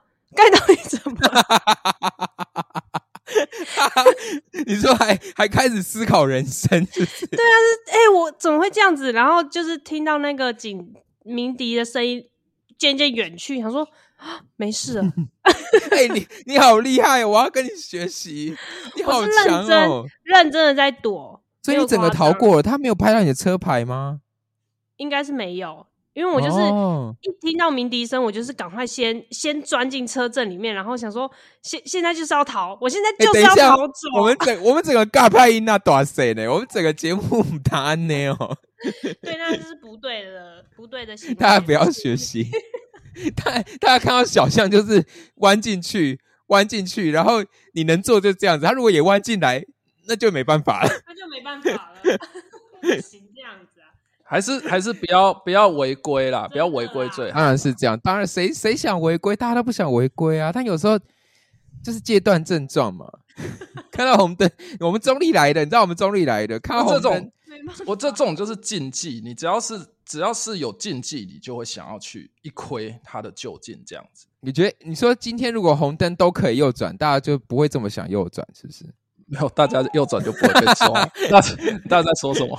你说还开始思考人生，是不是？ 对啊，我怎么会这样子？然后就是听到那个鸣笛的声音渐渐远去，想说没事了。 你好厉害，我要跟你学习，你好强认真的在躲。 所以你整个逃过了，他没有拍到你的车牌吗？ 应该是没有，因为我就是一听到鸣笛声，我就是赶快先钻进车阵里面，然后想说现在就是要逃，我现在就是要逃走。 我们整个尬拍音那大谁呢？我们整个节目答案呢对，那就是不对的行为， 大家不要学习。大家看到小象就是弯进去，然后你能做就这样子。他如果也弯进来，那就没办法了。 不行这样子啊。 还是不要违规啦，不要违规最好。 当然是这样，当然谁想违规，大家都不想违规啊。但有时候就是戒断症状嘛。 看到红灯，我们中立来的，你知道我们中立来的，看到红灯， 这种就是禁忌，你只要是有禁忌，你就会想要去一窥它的究竟，这样子。 你说今天如果红灯都可以右转，大家就不会这么想右转，是不是？ 没有，大家右转就不会被抓。大家在说什么？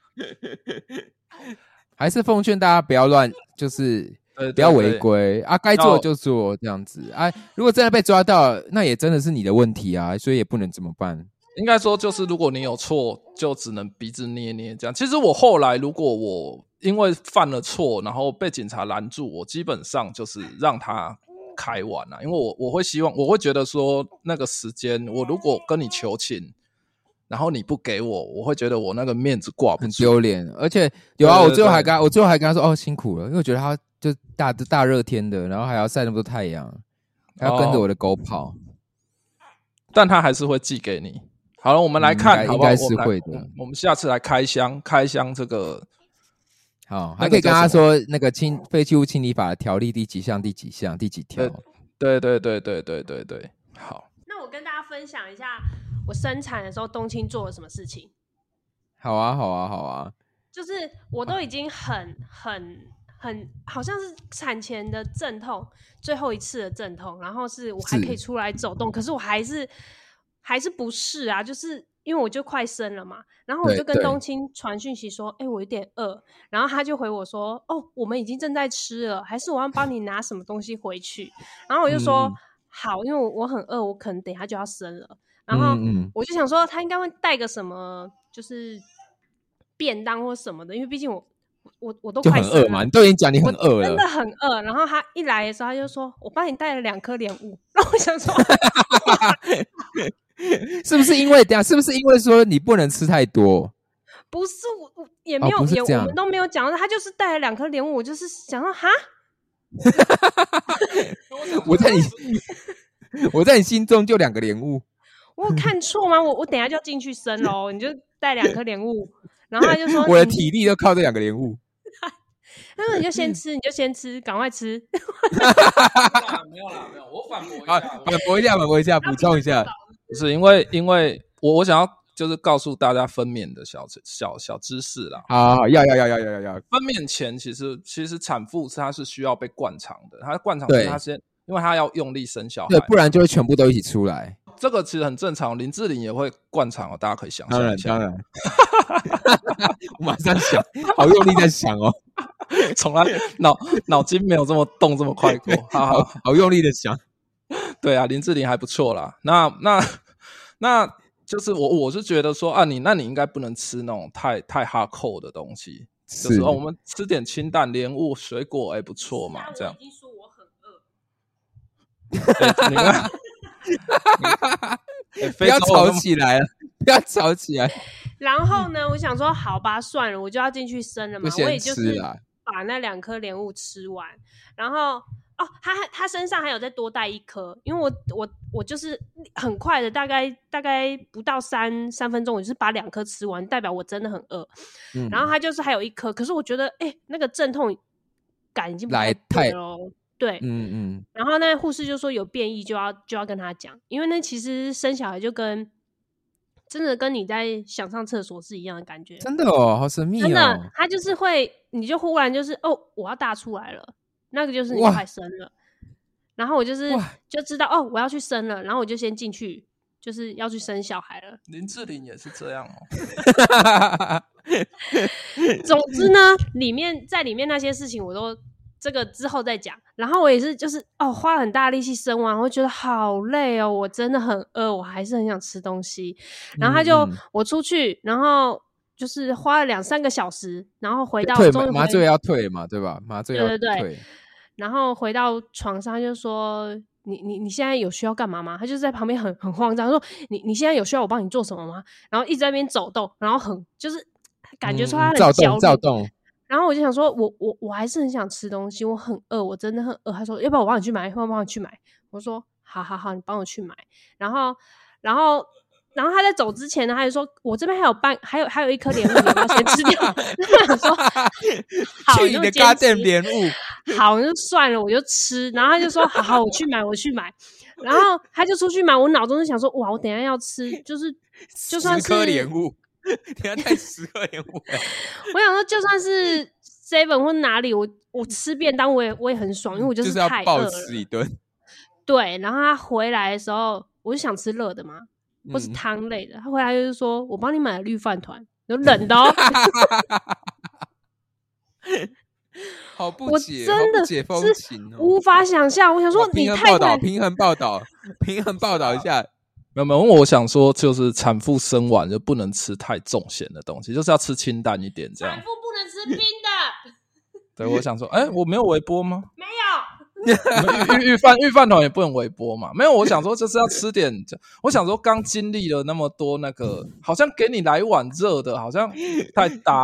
还是奉劝大家不要乱，就是不要违规啊，该做就做这样子啊。如果真的被抓到，那也真的是你的问题啊，所以也不能怎么办。 应该说，就是如果你有错，就只能鼻子捏捏这样。其实我后来，如果我因为犯了错，然后被警察拦住，我基本上就是让他开完了，因为我会希望，我会觉得说那个时间，我如果跟你求情，然后你不给我，我会觉得我那个面子挂不住， 很丢脸。而且有啊，我最后还跟他说辛苦了，因为我觉得他就大热天的，然后还要晒那么多太阳，还要跟着我的狗跑， 但他还是会寄给你。好了，我们来看，好不好？ 应该是会的。 我们下次来开箱这个。 好，还可以跟他说那个废弃物清理法的条例第几项、第几项、第几条。 对。好， 那我跟大家分享一下我生产的时候东青做了什么事情。 好啊。 就是我都已经很好像是产前的阵痛，最后一次的阵痛，然后是我还可以出来走动，可是我还是不适啊，就是因为我就快生了嘛，然后我就跟东青传讯息说，我有点饿，然后他就回我说，我们已经正在吃了，还是我要帮你拿什么东西回去？然后我就说好，因为我很饿，我可能等一下就要生了，然后我就想说他应该会带个什么，就是便当或什么的，因为毕竟我都快生了，就很饿嘛，你都已经讲你很饿了， 真的很饿。然后他一来的时候，他就说：“我帮你带了2颗莲雾。”然后我想说， 是不是因为说你不能吃太多？ 不是，我也没有，我们都没有讲到，他就是带了2颗莲雾，我就是想说哈， 我在你心中就2个莲雾， 我有看错吗？我等一下就要进去生咯，你就带2颗莲雾。然后他就说：“ 我的体力都靠这2个莲雾。” 他说：“你就先吃，赶快吃。” 没有啦，我反驳一下，补充一下， 不是因为我想要就是告诉大家分娩的小知识啦。 好，要。 分娩前其实产妇她是需要被灌肠的，她灌肠是她先，因为她要用力生小孩， 对，不然就会全部都一起出来。 这个其实很正常，林志玲也会灌肠哦，大家可以想象一下。 当然，我马上想，好用力在想哦， 从来脑筋没有这么动这么快过， 好用力的想。 对啊，林志玲还不错啦。那就是我是觉得说啊，那你应该不能吃那种太hardcore的东西，就是我们吃点清淡，莲雾、水果，不错嘛，这样。 我已经说我很饿。 你看。 不要吵起来了，不要吵起来。 然后呢，我想说，好吧，算了，我就要进去生了嘛，我也就是把那2颗莲雾吃完。然后他身上还有再多带1颗，因为我就是很快的，大概不到3分钟，我就是把2颗吃完，代表我真的很饿。然后他就是还有1颗，可是我觉得那个阵痛感已经不太对了。对，然后那护士就说有变异就要跟他讲，因为那其实生小孩就真的跟你在想上厕所是一样的感觉， 真的哦，好神秘哦。 真的，他就是会，你就忽然就是我要大出来了，那个就是你快生了。然后我就知道我要去生了，然后我就先进去，就是要去生小孩了。 林志玲也是这样哦。 总之呢，在里面那些事情我都。这个之后再讲，然后我也是就是花很大力气生完，我觉得好累哦，我真的很饿，我还是很想吃东西。然后我出去，然后就是花了2-3个小时，然后回到麻醉要退嘛，对吧？麻醉要退。 对。然后回到床上，他就说你现在有需要干嘛吗？他就在旁边很慌张，说你现在有需要我帮你做什么吗？然后一直在那边走动，然后就是感觉出他很焦虑。 躁动。然后我就想说，我还是很想吃东西，我很饿，我真的很饿。他说，要不然我帮你去买，我说，好，你帮我去买。然后他在走之前呢，他就说，我这边还有1颗莲雾，你要不要先吃掉？然后我说，好， 去你的 goddamn 莲雾， 好，那就算了，我就吃。然后他就说，好，我去买。 然后他就出去买，我脑中就想说，哇，我等一下要吃，就是就算是 10颗莲雾，等一下带10颗莲雾。 我想说，就算是 7 或哪里，我吃便当我也很爽，因为我就是太饿了， 要暴吃一顿。 对，然后他回来的时候，我就想吃热的嘛，或是汤类的。他回来就是说，我帮你买了绿饭团，有冷的哦。 好不解， 我真的解风情无法想象。我想说，你太平衡报道一下。 没有，我想说，就是产妇生完就不能吃太重咸的东西，就是要吃清淡一点，这样。 产妇不能吃冰的。 对，我想说，我没有微波吗？ 没有。 御饭团也不能微波嘛？没有，我想说就是要吃点。我想说，刚经历了那么多那个，好像给你来一碗热的，好像太搭。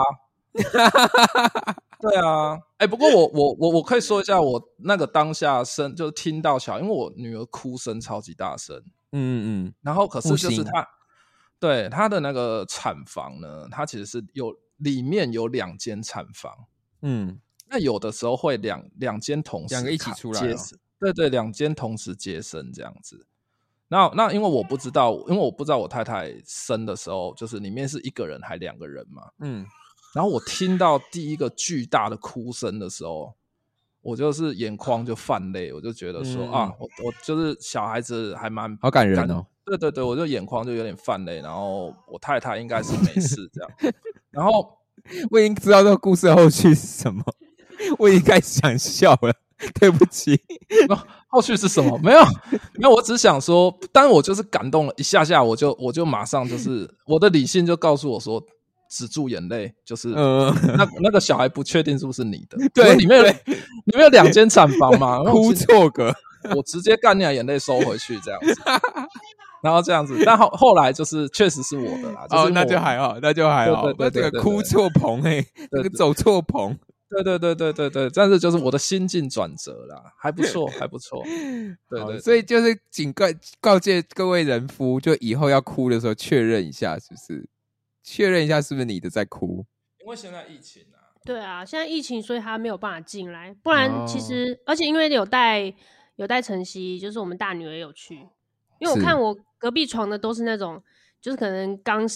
对啊，不过我可以说一下，我那个当下就是听到因为我女儿哭声超级大声，然后可是就是对她的那个产房呢，它其实是里面有2间产房，那有的时候会两间同时 2个一起出来对，2间同时接生这样子。那因为我不知道我太太生的时候，就是里面是1个人还2个人嘛，然后我听到第一个巨大的哭声的时候，我就是眼眶就泛泪，我就觉得说我就是小孩子还蛮好感人哦。 对，我就眼眶就有点泛泪，然后我太太应该是没事这样。然后我已经知道这个故事的后续是什么，我已经开始想笑了，对不起。 后续是什么？没有，我只是想说，但我就是感动了一下，我就马上就是我的理性就告诉我说，止住眼泪，就是那个小孩不确定是不是你的， 对， 里面有2间产房嘛， 哭错个， 我直接干你的眼泪收回去这样子，然后这样子，但后来就是确实是我的啦，就是那就还好，对，这个哭错棚那个走错棚。 对，但是就是我的心境转折啦，还不错。对， 所以就是警告诫各位人夫，就以后要哭的时候确认一下是不是？确认一下是不是你的在哭？ 因为现在疫情啊。 对啊，现在疫情，所以他没有办法进来。不然其实，而且因为有带晨曦，就是我们大女儿有去，因为我看我隔壁床的都是那种，就是可能刚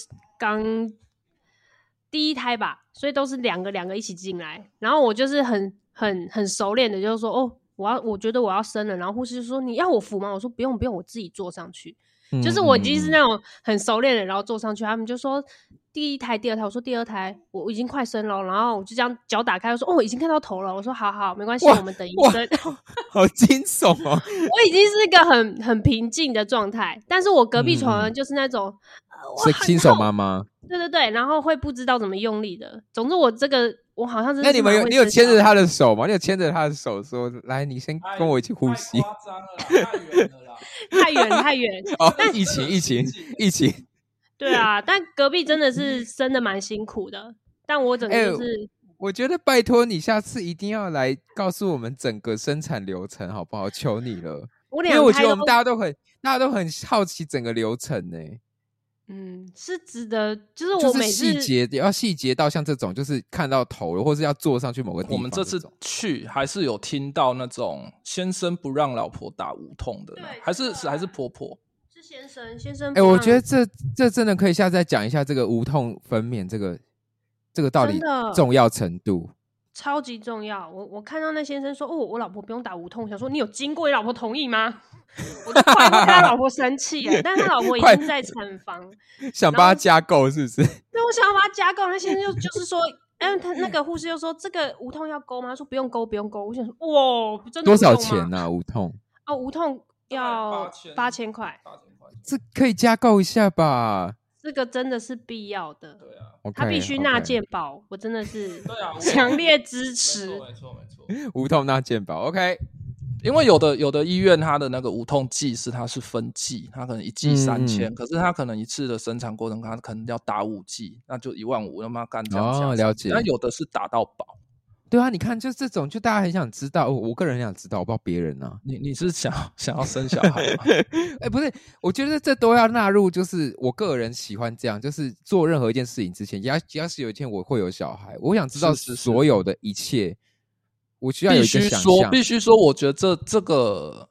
第1胎吧，所以都是两个一起进来。然后我就是很熟练的，就是说我觉得我要生了，然后护士就说你要我扶吗？我说不用，我自己坐上去。就是我已经是那种很熟练的，然后坐上去，他们就说第1胎、第2胎，我说第2胎我已经快生了，然后我就这样脚打开，我说已经看到头了，我说好没关系，我们等医生。 好惊悚哦！ 我已经是一个很平静的状态，但是我隔壁床就是那种是新手妈妈， 对，然后会不知道怎么用力的。总之我好像是那你有牵着他的手吗？你有牵着他的手说来，你先跟我一起呼吸。 太夸张了啦，太远了啦， 太远。 但疫情。 对啊，但隔壁真的是生的蛮辛苦的，但我整个就是我觉得拜托你下次一定要来告诉我们整个生产流程好不好？求你了，因为我觉得我们大家都很好奇整个流程呢。 是指的，就是我每次要细节到像这种，就是看到头了，或是要坐上去某个地方。 我们这次去还是有听到那种先生不让老婆打无痛的，还是婆婆。 是先生。 我觉得这真的可以下次再讲一下这个无痛分娩这个到底重要程度， 超级重要。我看到那先生说我老婆不用打无痛，想说你有经过你老婆同意吗？我就快跟他老婆生气了，但是他老婆已经在产房， 想把他加购是不是？ 对，我想要把他加购。那先生就是说，他那个护士就说这个无痛要勾吗？说不用勾。我想说哇，真的多少钱啊？无痛无痛要8000块， 这可以加购一下吧？ 这个真的是必要的。 对啊， 他必须纳健保，我真的是强烈支持。 没错， 无痛纳健保 ，OK。 因为有的医院它的那个无痛剂它是分剂，它可能1剂3000，可是它可能一次的生产过程它可能要打5剂，那就15000，那么干这样了解。 那有的是打到饱。 对啊，你看就这种，就大家很想知道，我个人很想知道，我不知道别人啊。 你是想要生小孩吗？ 不是，我觉得这都要纳入，就是我个人喜欢这样，就是做任何一件事情之前，要是有一天我会有小孩，我想知道所有的一切。我需要有一个想象。 必须说，我觉得这个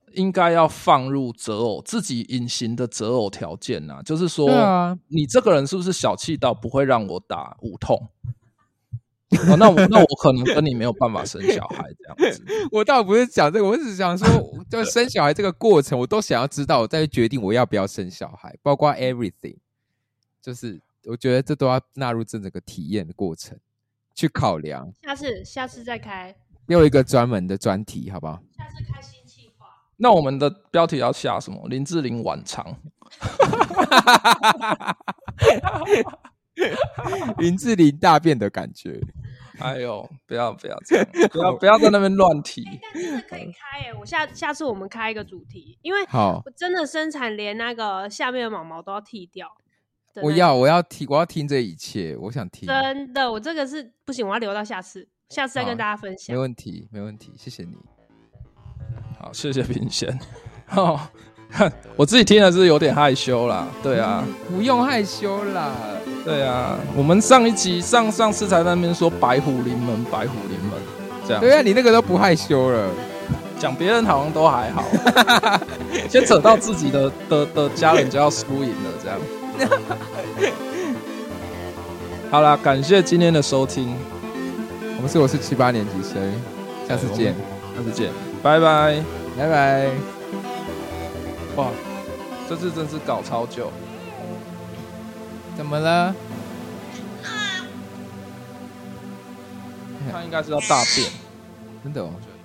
应该要放入择偶自己隐形的择偶条件啊，就是说，你这个人是不是小气到不会让我打无痛？那我可能跟你没有办法生小孩这样子。 我倒不是讲这个，我只是想说，就生小孩这个过程，我都想要知道，我再决定我要不要生小孩，包括 everything， 就是我觉得这都要纳入这整个体验的过程去考量。 下次再开， 有一个专门的专题，好不好？ 下次开新企划。 那我们的标题要下什么？林志玲晚长。 林志玲大便的感觉。 哎呦，不要这样，不要在那边乱提。 但真的可以开我下次我们开一个主题，因为我真的生产连那个下面的毛毛都要剃掉。 我要听这一切，我想听。 真的，我这个是不行，我要留到下次再跟大家分享。 没问题，谢谢你。 好，谢谢品贤。我自己听的是有点害羞啦，对啊， 不用害羞啦， 对啊，我们上一集上次才在那边说白虎临门，这样， 对啊，你那个都不害羞了， 讲别人好像都还好，先扯到自己的家人就要输赢了，这样。好啦，感谢今天的收听， 我是7、8年级生，下次见， 拜拜。哇，这次真是搞超久， 怎么了？ 他应该是要大便， 真的哦。